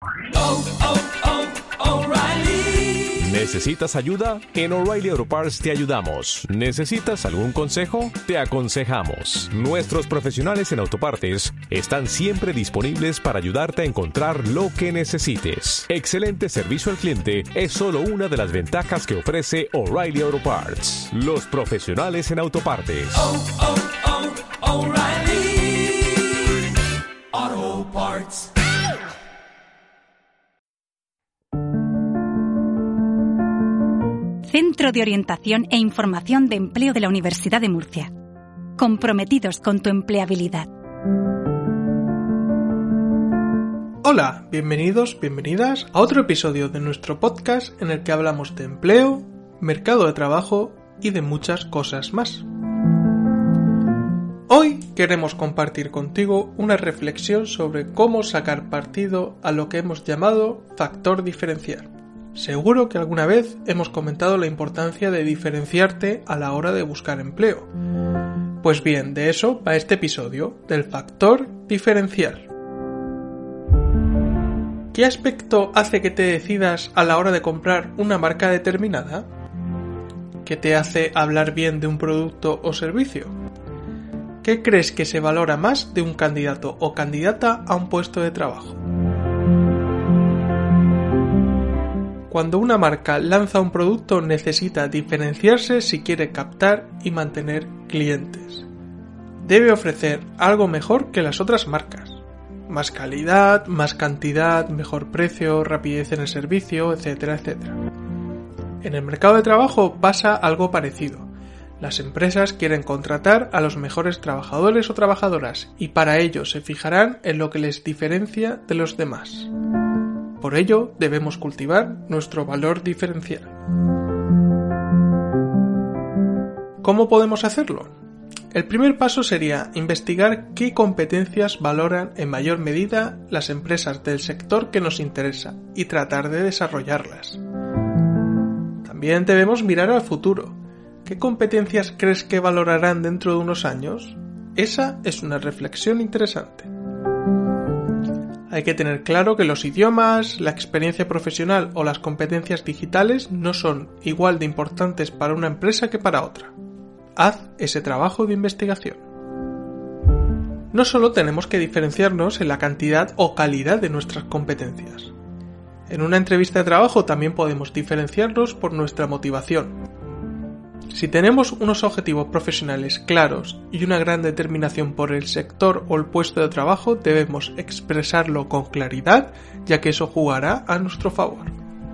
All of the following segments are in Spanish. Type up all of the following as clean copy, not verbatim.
O'Reilly. ¿Necesitas ayuda? En O'Reilly Auto Parts te ayudamos. ¿Necesitas algún consejo? Te aconsejamos. Nuestros profesionales en autopartes están siempre disponibles para ayudarte a encontrar lo que necesites. Excelente servicio al cliente es solo una de las ventajas que ofrece O'Reilly Auto Parts. Los profesionales en autopartes. O'Reilly Auto Parts. Centro de Orientación e Información de Empleo de la Universidad de Murcia. Comprometidos con tu empleabilidad. Hola, bienvenidos, bienvenidas a otro episodio de nuestro podcast en el que hablamos de empleo, mercado de trabajo y de muchas cosas más. Hoy queremos compartir contigo una reflexión sobre cómo sacar partido a lo que hemos llamado factor diferencial. Seguro que alguna vez hemos comentado la importancia de diferenciarte a la hora de buscar empleo. Pues bien, de eso va este episodio, del factor diferencial. ¿Qué aspecto hace que te decidas a la hora de comprar una marca determinada? ¿Qué te hace hablar bien de un producto o servicio? ¿Qué crees que se valora más de un candidato o candidata a un puesto de trabajo? Cuando una marca lanza un producto necesita diferenciarse si quiere captar y mantener clientes. Debe ofrecer algo mejor que las otras marcas. Más calidad, más cantidad, mejor precio, rapidez en el servicio, etcétera, etcétera. En el mercado de trabajo pasa algo parecido. Las empresas quieren contratar a los mejores trabajadores o trabajadoras y para ello se fijarán en lo que les diferencia de los demás. Por ello, debemos cultivar nuestro valor diferencial. ¿Cómo podemos hacerlo? El primer paso sería investigar qué competencias valoran en mayor medida las empresas del sector que nos interesa y tratar de desarrollarlas. También debemos mirar al futuro. ¿Qué competencias crees que valorarán dentro de unos años? Esa es una reflexión interesante. Hay que tener claro que los idiomas, la experiencia profesional o las competencias digitales no son igual de importantes para una empresa que para otra. Haz ese trabajo de investigación. No solo tenemos que diferenciarnos en la cantidad o calidad de nuestras competencias. En una entrevista de trabajo también podemos diferenciarnos por nuestra motivación. Si tenemos unos objetivos profesionales claros y una gran determinación por el sector o el puesto de trabajo, debemos expresarlo con claridad, ya que eso jugará a nuestro favor.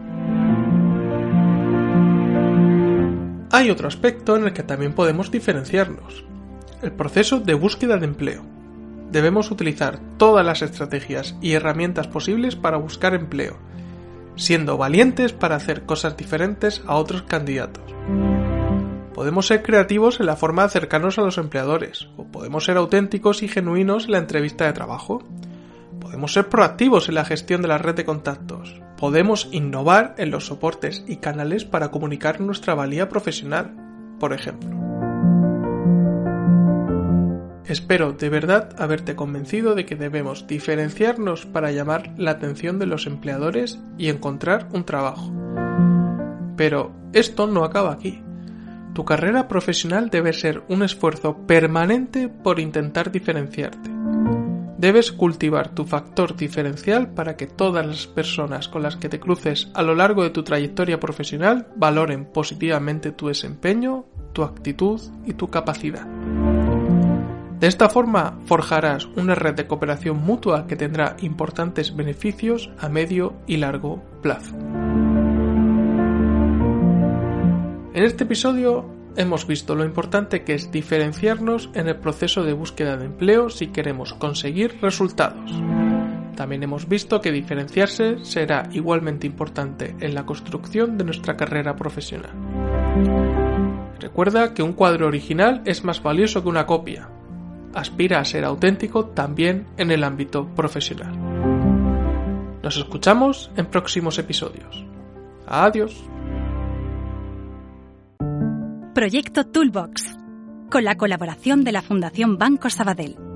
Hay otro aspecto en el que también podemos diferenciarnos: el proceso de búsqueda de empleo. Debemos utilizar todas las estrategias y herramientas posibles para buscar empleo, siendo valientes para hacer cosas diferentes a otros candidatos. Podemos ser creativos en la forma de acercarnos a los empleadores, o podemos ser auténticos y genuinos en la entrevista de trabajo. Podemos ser proactivos en la gestión de la red de contactos. Podemos innovar en los soportes y canales para comunicar nuestra valía profesional, por ejemplo. Espero de verdad haberte convencido de que debemos diferenciarnos para llamar la atención de los empleadores y encontrar un trabajo. Pero esto no acaba aquí. Tu carrera profesional debe ser un esfuerzo permanente por intentar diferenciarte. Debes cultivar tu factor diferencial para que todas las personas con las que te cruces a lo largo de tu trayectoria profesional valoren positivamente tu desempeño, tu actitud y tu capacidad. De esta forma forjarás una red de cooperación mutua que tendrá importantes beneficios a medio y largo plazo. En este episodio hemos visto lo importante que es diferenciarnos en el proceso de búsqueda de empleo si queremos conseguir resultados. También hemos visto que diferenciarse será igualmente importante en la construcción de nuestra carrera profesional. Recuerda que un cuadro original es más valioso que una copia. Aspira a ser auténtico también en el ámbito profesional. Nos escuchamos en próximos episodios. Adiós. Proyecto Toolbox, con la colaboración de la Fundación Banco Sabadell.